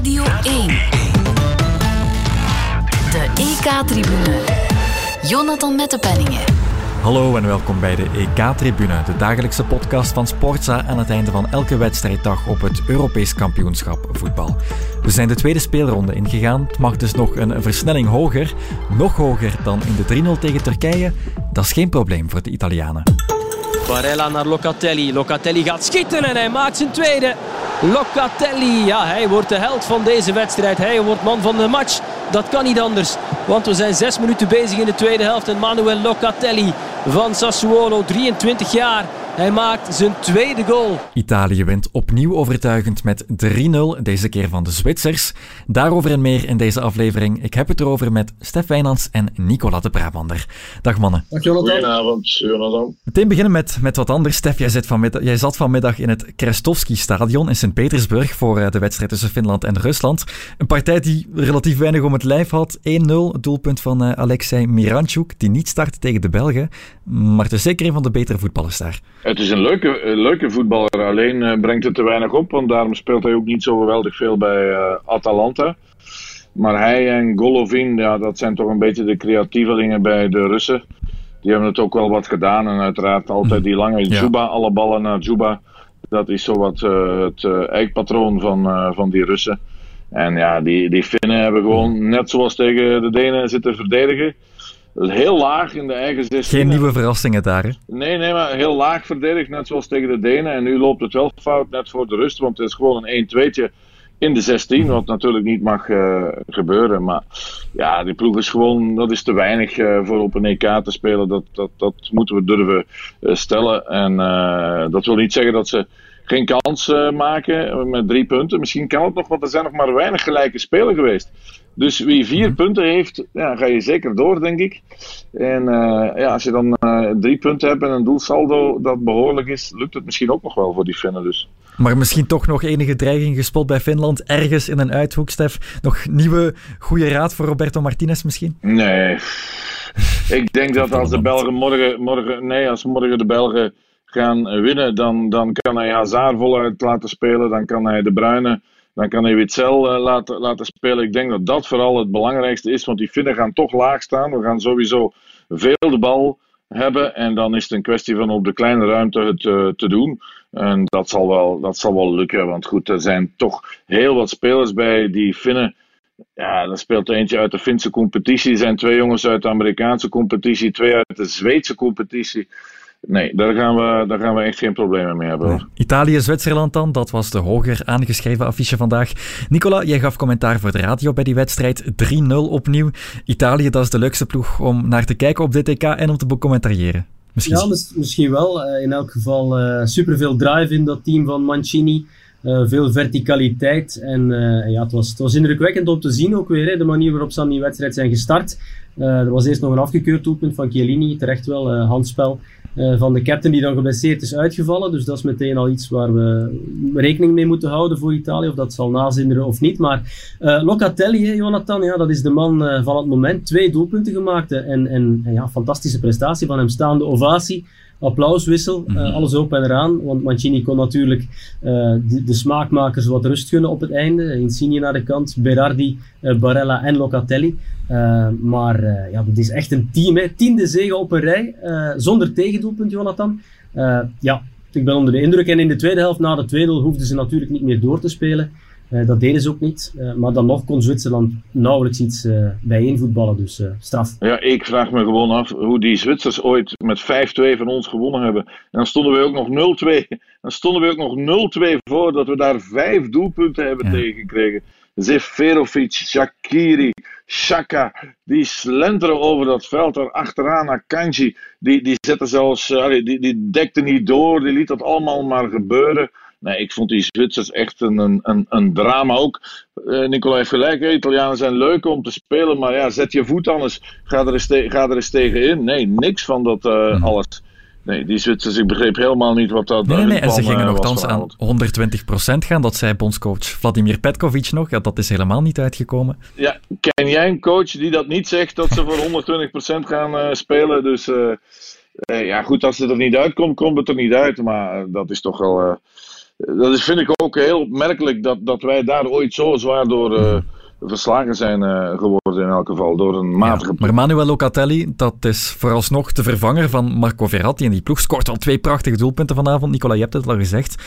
Radio 1. De EK-tribune. Jonathan Mettepenningen. Hallo en welkom bij de EK-tribune, de dagelijkse podcast van Sportza aan het einde van elke wedstrijddag op het Europees kampioenschap voetbal. We zijn de tweede speelronde ingegaan, het mag dus nog een versnelling hoger, nog hoger dan in de 3-0 tegen Turkije. Dat is geen probleem voor de Italianen. Barella naar Locatelli. Locatelli gaat schieten en hij maakt zijn tweede. Locatelli, ja, hij wordt de held van deze wedstrijd. Hij wordt man van de match. Dat kan niet anders, want we zijn 6 minuten bezig in de tweede helft. En Manuel Locatelli van Sassuolo, 23 jaar. Hij maakt zijn tweede goal. Italië wint opnieuw overtuigend met 3-0, deze keer van de Zwitsers. Daarover en meer in deze aflevering. Ik heb het erover met Stef Wijnands en Nicola de Brabander. Dag mannen. Dag Jonathan. Goedenavond, Jonathan. Meteen beginnen met wat anders. Stef, jij zat vanmiddag in het Krestovski-stadion in Sint-Petersburg voor de wedstrijd tussen Finland en Rusland. Een partij die relatief weinig om het lijf had. 1-0, het doelpunt van Alexei Miranchuk, die niet startte tegen de Belgen. Maar het is zeker een van de betere voetballers daar. Het is een leuke voetballer, alleen brengt het te weinig op, want daarom speelt hij ook niet zo geweldig veel bij Atalanta. Maar hij en Golovin, ja, dat zijn toch een beetje de creatievelingen bij de Russen. Die hebben het ook wel wat gedaan en uiteraard altijd die lange Djuba, alle ballen naar Djuba. Dat is zowat het eikpatroon van die Russen. En ja, die Finnen hebben gewoon, net zoals tegen de Denen, zitten verdedigen. Heel laag in de eigen 16. Geen nieuwe verrassingen daar, hè? Nee, maar heel laag verdedigd, net zoals tegen de Denen. En nu loopt het wel fout, net voor de rust. Want het is gewoon een 1-2'tje in de 16, wat natuurlijk niet mag gebeuren. Maar ja, die ploeg is gewoon, dat is te weinig voor op een EK te spelen. Dat moeten we durven stellen. En dat wil niet zeggen dat ze geen kans maken met 3 punten. Misschien kan het nog, want er zijn nog maar weinig gelijke spelen geweest. Dus wie 4 punten heeft, ja, ga je zeker door, denk ik. En als je dan 3 punten hebt en een doelsaldo dat behoorlijk is, lukt het misschien ook nog wel voor die Finnen dus. Maar misschien toch nog enige dreiging gespot bij Finland, ergens in een uithoek, Stef. Nog nieuwe goede raad voor Roberto Martinez misschien? Nee, ik denk dat als de Belgen morgen de Belgen gaan winnen, dan kan hij Hazard voluit laten spelen, dan kan hij De Bruyne, dan kan hij Witsel laten spelen. Ik denk dat dat vooral het belangrijkste is, want die Finnen gaan toch laag staan. We gaan sowieso veel de bal hebben en dan is het een kwestie van op de kleine ruimte het te doen. En dat zal wel lukken, want goed, er zijn toch heel wat spelers bij die Finnen. Ja, er speelt eentje uit de Finse competitie, er zijn 2 jongens uit de Amerikaanse competitie, 2 uit de Zweedse competitie. Nee, daar gaan we echt geen problemen mee hebben. Hoor. Italië-Zwitserland dan, dat was de hoger aangeschreven affiche vandaag. Nicola, jij gaf commentaar voor de radio bij die wedstrijd. 3-0 opnieuw. Italië, dat is de leukste ploeg om naar te kijken op dit EK en om te becommentariëren. Misschien wel. In elk geval superveel drive in dat team van Mancini. Veel verticaliteit. En het was indrukwekkend om te zien ook weer. Hè, de manier waarop ze aan die wedstrijd zijn gestart. Er was eerst nog een afgekeurd doelpunt van Chiellini. Terecht wel, handspel. Van de captain die dan geblesseerd is uitgevallen. Dus dat is meteen al iets waar we rekening mee moeten houden voor Italië. Of dat zal nazinderen of niet. Maar Locatelli, Jonathan, ja, dat is de man van het moment. 2 doelpunten gemaakt. En fantastische prestatie van hem. Staande ovatie. Applauswissel, alles op en eraan. Want Mancini kon natuurlijk de smaakmakers wat rust gunnen op het einde. Insigne naar de kant, Berardi, Barella en Locatelli. Maar dat is echt een team. Hè. 10e zege op een rij, zonder tegendoelpunt, Jonathan. Ik ben onder de indruk. En in de tweede helft, na de 2-0, hoefden ze natuurlijk niet meer door te spelen. Dat deden ze ook niet. Maar dan nog kon Zwitserland nauwelijks iets bijeenvoetballen. Dus straf. Ja, ik vraag me gewoon af hoe die Zwitsers ooit met 5-2 van ons gewonnen hebben. En dan stonden we ook nog 0-2. Dan stonden we ook nog 0-2 voor dat we daar 5 doelpunten hebben tegengekregen. Zeferovic, Shaqiri, Xhaka, die slenteren over dat veld. Daar achteraan Akanji, die zette zelfs, die dekte niet door. Die liet dat allemaal maar gebeuren. Nee, ik vond die Zwitsers echt een drama ook. Nicola heeft gelijk, hè? Italianen zijn leuk om te spelen, maar ja, zet je voet anders. Ga er eens tegen in. Nee, niks van dat alles. Nee, die Zwitsers, ik begreep helemaal niet wat dat... Nee, en ze gingen nogthans aan 120% gaan. Dat zei bondscoach Vladimir Petkovic nog. Ja, dat is helemaal niet uitgekomen. Ja, ken jij een coach die dat niet zegt, dat ze voor 120% gaan spelen? Dus goed, als het er niet uitkomt, komt het er niet uit. Maar dat is toch wel... vind ik ook heel opmerkelijk dat wij daar ooit zo zwaar door verslagen zijn geworden in elk geval, door een matige ploeg. Maar Manuel Locatelli, dat is vooralsnog de vervanger van Marco Verratti en die ploeg scoort al 2 prachtige doelpunten vanavond. Nicola, je hebt het al gezegd.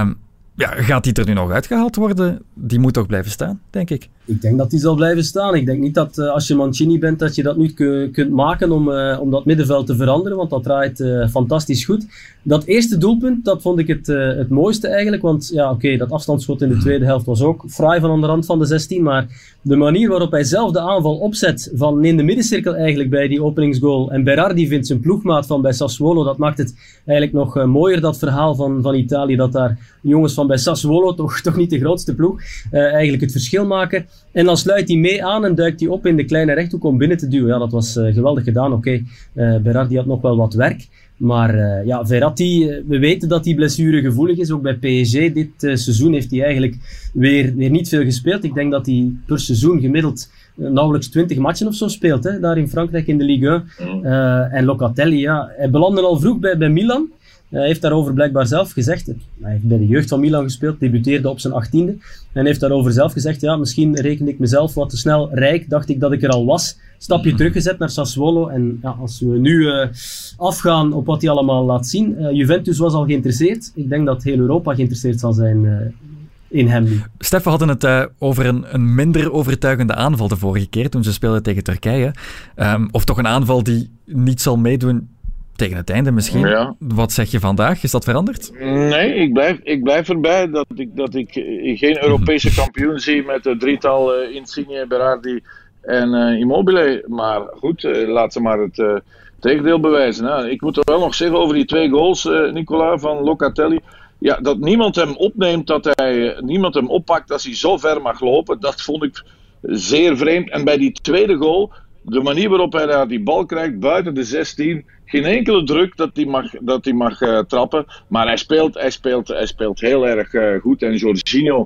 Gaat die er nu nog uitgehaald worden? Die moet toch blijven staan, denk ik. Ik denk dat die zal blijven staan. Ik denk niet dat als je Mancini bent, dat je dat nu kunt maken om dat middenveld te veranderen, want dat draait fantastisch goed. Dat eerste doelpunt, dat vond ik het mooiste eigenlijk, want dat afstandsschot in de tweede helft was ook fraai van aan de rand van de 16, maar de manier waarop hij zelf de aanval opzet van in de middencirkel eigenlijk bij die openingsgoal, en Berardi vindt zijn ploegmaat van bij Sassuolo, dat maakt het eigenlijk nog mooier, dat verhaal van Italië, dat daar jongens van bij Sassuolo, toch niet de grootste ploeg, eigenlijk het verschil maken. En dan sluit hij mee aan en duikt hij op in de kleine rechthoek om binnen te duwen. Ja, dat was geweldig gedaan. Berardi had nog wel wat werk. Maar Verratti, we weten dat hij blessuregevoelig is. Ook bij PSG dit seizoen heeft hij eigenlijk weer niet veel gespeeld. Ik denk dat hij per seizoen gemiddeld nauwelijks 20 matchen of zo speelt. Daar in Frankrijk in de Ligue 1. En Locatelli, hij belandde al vroeg bij Milan. Hij heeft daarover blijkbaar zelf gezegd, hij heeft bij de jeugd van Milan gespeeld, debuteerde op zijn 18e en heeft daarover zelf gezegd, misschien rekende ik mezelf wat te snel rijk, dacht ik dat ik er al was. Stapje teruggezet naar Sassuolo en als we nu afgaan op wat hij allemaal laat zien, Juventus was al geïnteresseerd. Ik denk dat heel Europa geïnteresseerd zal zijn in hem nu. Stef, we hadden het over een minder overtuigende aanval de vorige keer toen ze speelden tegen Turkije. Of toch een aanval die niet zal meedoen tegen het einde misschien. Ja. Wat zeg je vandaag? Is dat veranderd? Nee, ik blijf erbij dat ik geen Europese kampioen zie met het drietal Insigne, Berardi en Immobile. Maar goed, laat ze maar het tegendeel bewijzen. Hè. Ik moet er wel nog zeggen over die 2 goals, Nicola, van Locatelli. Ja, dat niemand hem opneemt, niemand hem oppakt als hij zo ver mag lopen, dat vond ik zeer vreemd. En bij die tweede goal, de manier waarop hij daar die bal krijgt buiten de 16, geen enkele druk dat hij mag trappen. Maar hij speelt heel erg goed. En Jorginho,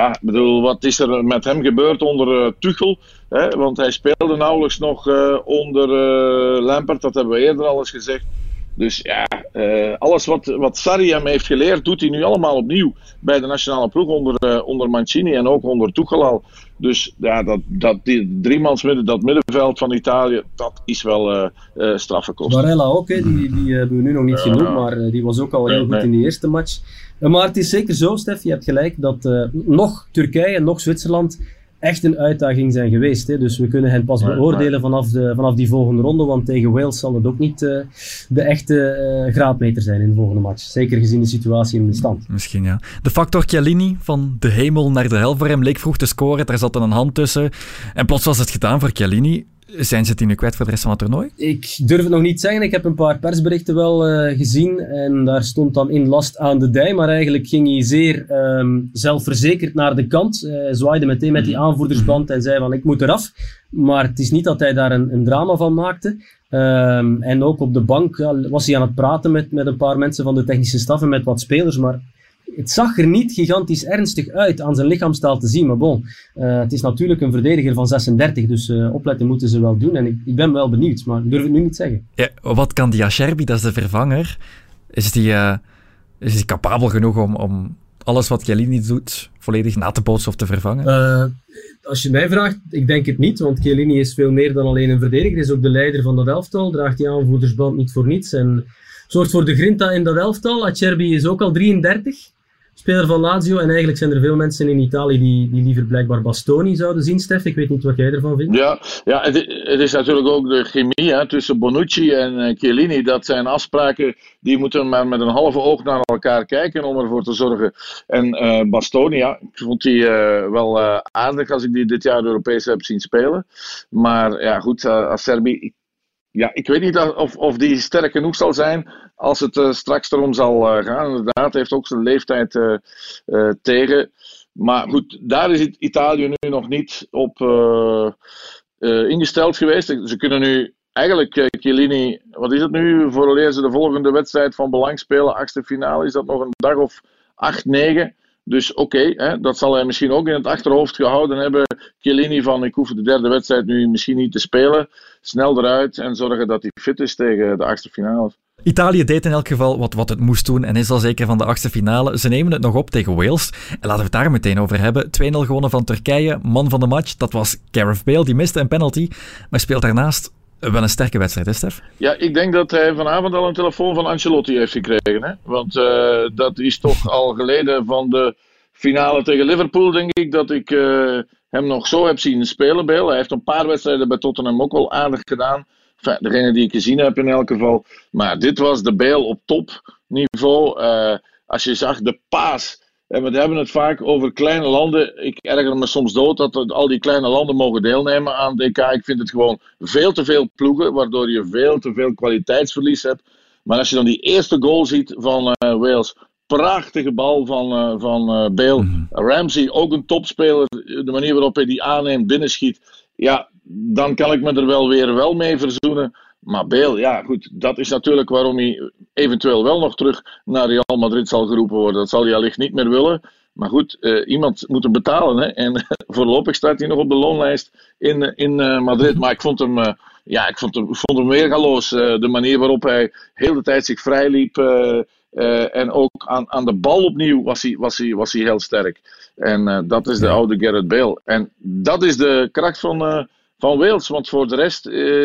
wat is er met hem gebeurd onder Tuchel? Hè? Want hij speelde nauwelijks nog onder Lampard, dat hebben we eerder al eens gezegd. Dus alles wat Sarri hem heeft geleerd, doet hij nu allemaal opnieuw bij de nationale ploeg onder Mancini en ook onder Tuchel al. Dus dat die driemansmidden, dat middenveld van Italië, dat is wel straffe kost. Barella ook, die hebben we nu nog niet genoemd, maar die was ook al heel goed in de eerste match. Maar het is zeker zo, Stef, je hebt gelijk, dat nog Turkije, nog Zwitserland echt een uitdaging zijn geweest. Hè? Dus we kunnen hen pas beoordelen vanaf die volgende ronde, want tegen Wales zal het ook niet de echte graadmeter zijn in de volgende match. Zeker gezien de situatie in de stand. Misschien ja. De factor Chiellini, van de hemel naar de hel voor hem, leek vroeg te scoren, daar zat dan een hand tussen. En plots was het gedaan voor Chiellini. Zijn ze die nu kwijt voor de rest van het toernooi? Ik durf het nog niet zeggen. Ik heb een paar persberichten wel gezien en daar stond dan in last aan de dij, maar eigenlijk ging hij zeer zelfverzekerd naar de kant. Hij zwaaide meteen met die aanvoerdersband en zei van ik moet eraf. Maar het is niet dat hij daar een drama van maakte. En ook op de bank was hij aan het praten met een paar mensen van de technische staf en met wat spelers, maar het zag er niet gigantisch ernstig uit aan zijn lichaamstaal te zien. Maar bon, het is natuurlijk een verdediger van 36, dus opletten moeten ze wel doen. En ik ben wel benieuwd, maar ik durf het nu niet zeggen. Ja, wat kan die Acerbi, dat is de vervanger? Is die capabel genoeg om alles wat Chiellini doet volledig na te bootsen of te vervangen? Als je mij vraagt, ik denk het niet, want Chiellini is veel meer dan alleen een verdediger. Hij is ook de leider van dat elftal, draagt die aanvoerdersband niet voor niets en zorgt voor de grinta in dat elftal. Acerbi is ook al 33. Speler van Lazio, en eigenlijk zijn er veel mensen in Italië die liever blijkbaar Bastoni zouden zien, Stef. Ik weet niet wat jij ervan vindt. Ja, het is natuurlijk ook de chemie tussen Bonucci en Chiellini. Dat zijn afspraken, die moeten maar met een halve oog naar elkaar kijken om ervoor te zorgen. En Bastoni, ik vond die wel aardig als ik die dit jaar Europees heb zien spelen. Maar ja, goed, Acerbi, ik weet niet of die sterk genoeg zal zijn als het straks erom zal gaan. Inderdaad, heeft ook zijn leeftijd tegen. Maar goed, daar is Italië nu nog niet op ingesteld geweest. Ze kunnen nu eigenlijk Chiellini, wat is het nu, vooraleer ze de volgende wedstrijd van belang spelen, 8e finale, is dat nog een dag of 8, 9. Dus oké, dat zal hij misschien ook in het achterhoofd gehouden hebben. Chiellini van, ik hoef de derde wedstrijd nu misschien niet te spelen. Snel eruit en zorgen dat hij fit is tegen de 8e finale. Italië deed in elk geval wat het moest doen en is al zeker van de 8e finale. Ze nemen het nog op tegen Wales. En laten we het daar meteen over hebben. 2-0 gewonnen van Turkije. Man van de match, dat was Gareth Bale. Die miste een penalty, maar speelt daarnaast wel een sterke wedstrijd, hè Stef? Ja, ik denk dat hij vanavond al een telefoon van Ancelotti heeft gekregen. Hè? Want dat is toch al geleden van de finale tegen Liverpool, denk ik, dat ik hem nog zo heb zien spelen, Bale. Hij heeft een paar wedstrijden bij Tottenham ook wel aardig gedaan. Enfin, degene die ik gezien heb in elk geval. Maar dit was de Bale op topniveau. Als je zag de paas. En we hebben het vaak over kleine landen. Ik erger me soms dood dat al die kleine landen mogen deelnemen aan het EK. Ik vind het gewoon veel te veel ploegen, waardoor je veel te veel kwaliteitsverlies hebt. Maar als je dan die eerste goal ziet van Wales, prachtige bal van Bale. Ramsey, ook een topspeler. De manier waarop hij die aanneemt, binnenschiet. Ja, dan kan ik me er wel mee verzoenen. Maar Bale, ja goed, dat is natuurlijk waarom hij eventueel wel nog terug naar Real Madrid zal geroepen worden. Dat zal hij allicht niet meer willen. Maar goed, iemand moet hem betalen. Hè? En voorlopig staat hij nog op de loonlijst in Madrid. Maar ik vond hem weergaloos. De manier waarop hij heel de tijd zich vrijliep. En ook aan de bal opnieuw was hij heel sterk. En dat is de oude Gareth Bale. En dat is de kracht van Wales. Want voor de rest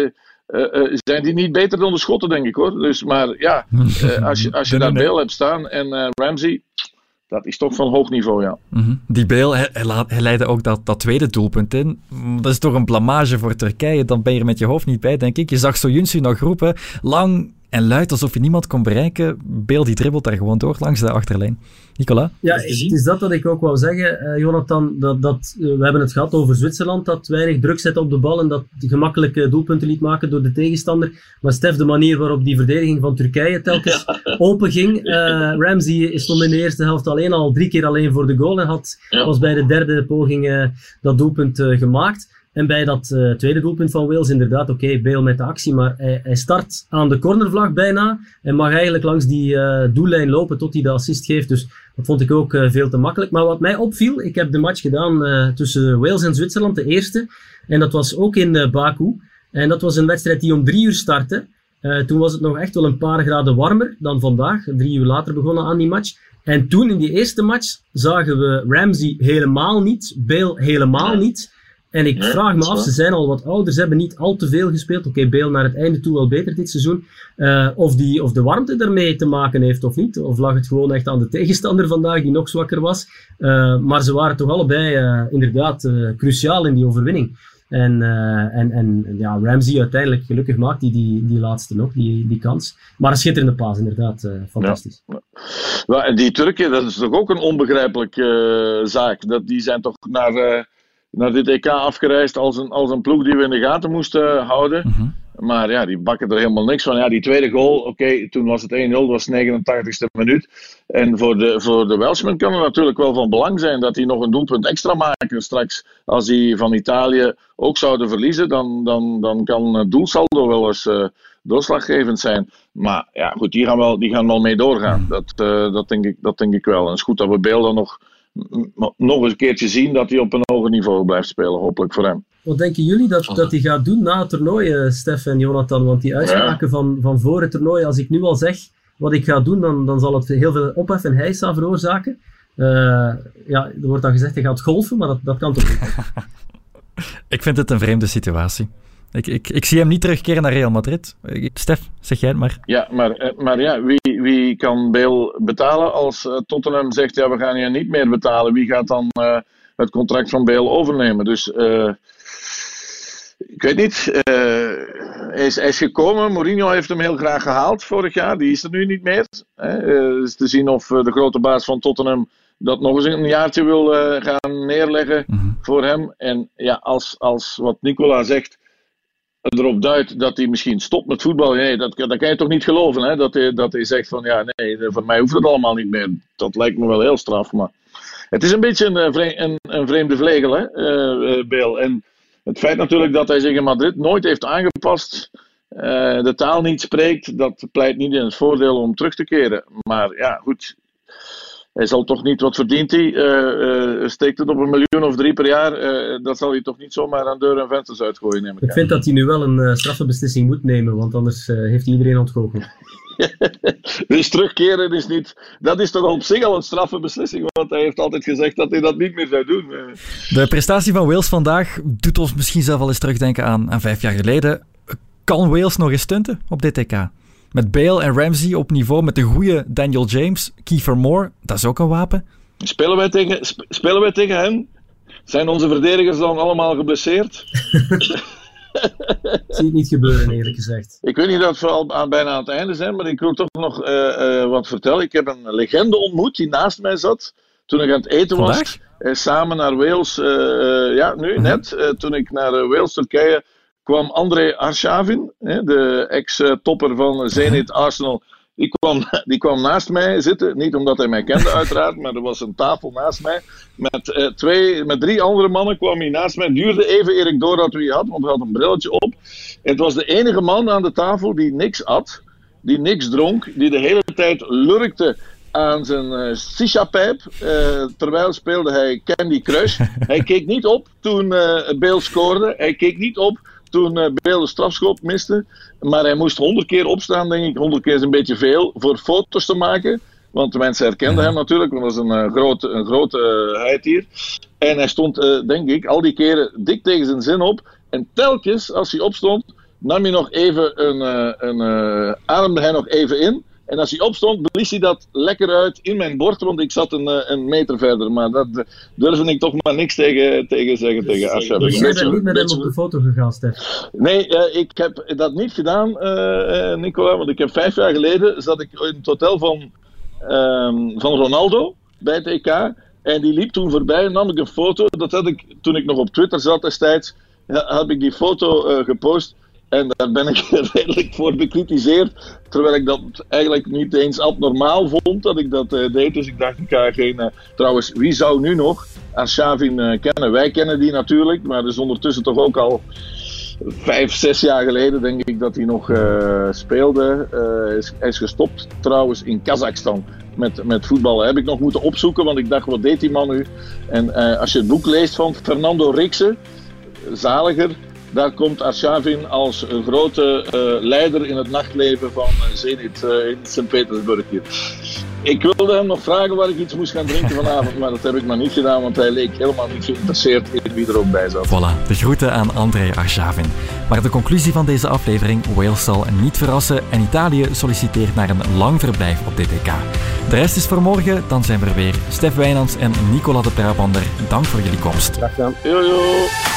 zijn die niet beter dan de Schotten, denk ik hoor. Dus, maar ja, als je daar Bale hebt staan en Ramsey, dat is toch van hoog niveau, ja. Die Bale, hij leidde ook dat tweede doelpunt in. Dat is toch een blamage voor Turkije. Dan ben je er met je hoofd niet bij, denk ik. Je zag Soyuncu nog roepen, lang en luid, alsof je niemand kon bereiken. Bale die dribbelt daar gewoon door langs de achterlijn. Nicolas? Ja, het is dat ik ook wou zeggen, Jonathan. We hebben het gehad over Zwitserland, dat weinig druk zette op de bal en dat gemakkelijke doelpunten liet maken door de tegenstander. Maar Stef, de manier waarop die verdediging van Turkije telkens open ging. Ramsey stond in de eerste helft al 3 keer alleen voor de goal en was bij de derde poging dat doelpunt gemaakt. En bij dat tweede doelpunt van Wales, inderdaad, oké, Bale met de actie, maar hij start aan de cornervlag bijna en mag eigenlijk langs die doellijn lopen tot hij de assist geeft. Dus dat vond ik ook veel te makkelijk. Maar wat mij opviel, ik heb de match gedaan tussen Wales en Zwitserland, de eerste. En dat was ook in Baku. En dat was een wedstrijd die om 3 uur startte. Toen was het nog echt wel een paar graden warmer dan vandaag. 3 uur later begonnen aan die match. En toen in die eerste match zagen we Ramsey helemaal niet, Bale helemaal niet. En ik vraag me af, ze zijn al wat ouder, ze hebben niet al te veel gespeeld. Oké, Bale naar het einde toe wel beter dit seizoen. Of de warmte daarmee te maken heeft of niet. Of lag het gewoon echt aan de tegenstander vandaag, die nog zwakker was. Maar ze waren toch allebei inderdaad cruciaal in die overwinning. En Ramsey uiteindelijk, gelukkig maakt hij die laatste nog, die kans. Maar een schitterende paas, inderdaad, fantastisch. Ja. En die Turken, dat is toch ook een onbegrijpelijke zaak. Die zijn toch naar dit EK afgereisd als een ploeg die we in de gaten moesten houden. Maar ja, die bakken er helemaal niks van. Ja, die tweede goal, oké, toen was het 1-0, dat was de 89ste minuut. En voor de Welshman kan het natuurlijk wel van belang zijn dat hij nog een doelpunt extra maken straks. Als die van Italië ook zouden verliezen, dan kan het doelsaldo wel eens doorslaggevend zijn. Maar ja, goed, die gaan wel mee doorgaan. Dat denk ik wel. En het is goed dat we Bale dan nog eens een keertje zien dat hij op een hoger niveau blijft spelen, hopelijk voor hem. Wat denken jullie dat hij gaat doen na het toernooi, Stef en Jonathan? Want die uitspraken van voor het toernooi, als ik nu al zeg wat ik ga doen, dan zal het heel veel ophef en heisa veroorzaken. Er wordt dan gezegd, hij gaat golfen, maar dat kan toch niet? Ik vind het een vreemde situatie. Ik zie hem niet terugkeren naar Real Madrid. Stef, zeg jij het maar. Ja, maar ja, wie kan Bale betalen als Tottenham zegt, ja, we gaan je niet meer betalen. Wie gaat dan het contract van Bale overnemen? Dus ik weet niet. Hij is gekomen. Mourinho heeft hem heel graag gehaald vorig jaar. Die is er nu niet meer. Dus te zien of de grote baas van Tottenham dat nog eens een jaartje wil gaan neerleggen voor hem. En ja, als wat Nicola zegt erop duidt dat hij misschien stopt met voetbal. Nee, dat kan je toch niet geloven, hè? Dat hij zegt van ja, nee, voor mij hoeft het allemaal niet meer. Dat lijkt me wel heel straf, maar het is een beetje een vreemde vlegel, hè, Bale. En het feit natuurlijk dat hij zich in Madrid nooit heeft aangepast, de taal niet spreekt, dat pleit niet in het voordeel om terug te keren. Maar ja, goed. Hij zal toch niet, wat verdient hij? Steekt het op 1 miljoen of 3 per jaar? Dat zal hij toch niet zomaar aan deuren en vensters uitgooien, neem ik aan. Ik vind dat hij nu wel een straffe beslissing moet nemen, want anders heeft hij iedereen ontgoocheld. Dus terugkeren is niet... Dat is toch op zich al een straffe beslissing, want hij heeft altijd gezegd dat hij dat niet meer zou doen. De prestatie van Wales vandaag doet ons misschien zelf wel eens terugdenken aan 5 jaar geleden. Kan Wales nog eens stunten op dit EK? Met Bale en Ramsey op niveau met de goede Daniel James, Kiefer Moore, dat is ook een wapen. Spelen wij tegen hen? Zijn onze verdedigers dan allemaal geblesseerd? Ik zie het niet gebeuren, eerlijk gezegd. Ik weet niet dat we al bijna aan het einde zijn, maar ik wil toch nog wat vertellen. Ik heb een legende ontmoet die naast mij zat toen ik aan het eten was. Samen naar Wales, net. Toen ik naar Wales-Turkije kwam André Arshavin, de ex-topper van Zenit Arsenal. Die kwam naast mij zitten, niet omdat hij mij kende uiteraard, maar er was een tafel naast mij. Met 3 andere mannen kwam hij naast mij. Het duurde even eer ik door had wie hij had, want hij had een brilletje op. Het was de enige man aan de tafel die niks at, die niks dronk, die de hele tijd lurkte aan zijn shisha-pijp. Terwijl speelde hij Candy Crush. Hij keek niet op toen Bale scoorde. Hij keek niet op toen Bale de strafschop miste. Maar hij moest 100 keer opstaan, denk ik. 100 keer is een beetje veel voor foto's te maken. Want de mensen herkenden hem natuurlijk, want dat is een grote heid hier. En hij stond, denk ik, al die keren dik tegen zijn zin op. En telkens, als hij opstond, nam hij nog even ademde hij nog even in. En als hij opstond, blies hij dat lekker uit in mijn bord, want ik zat een meter verder. Maar dat durfde ik toch maar niks tegen zeggen tegen Arshavin. Dus jij bent niet met hem op de foto gegaan, Stef? Nee, ik heb dat niet gedaan, Nicola. Want ik heb 5 jaar geleden zat ik in het hotel van Ronaldo bij het EK. En die liep toen voorbij en nam ik een foto. Dat had ik, toen ik nog op Twitter zat destijds, heb ik die foto gepost. En daar ben ik redelijk voor bekritiseerd. Terwijl ik dat eigenlijk niet eens abnormaal vond dat ik dat deed. Dus ik dacht, ik ga geen... Trouwens, wie zou nu nog Arshavin kennen? Wij kennen die natuurlijk. Maar dat is ondertussen toch ook al 5, 6 jaar geleden, denk ik, dat hij nog speelde. Hij is gestopt trouwens in Kazachstan met voetballen. Heb ik nog moeten opzoeken, want ik dacht, wat deed die man nu? En als je het boek leest van Fernando Rixen, zaliger, daar komt Arshavin als een grote leider in het nachtleven van Zenit in Sint-Petersburg hier. Ik wilde hem nog vragen waar ik iets moest gaan drinken vanavond, maar dat heb ik maar niet gedaan, want hij leek helemaal niet geïnteresseerd in wie er ook bij zat. Voilà, de groeten aan André Arshavin. Maar de conclusie van deze aflevering, Wales zal niet verrassen en Italië solliciteert naar een lang verblijf op dit EK. De rest is voor morgen, dan zijn we er weer. Stef Wijnands en Nicola de Brabander, dank voor jullie komst. Dag dan. Yo.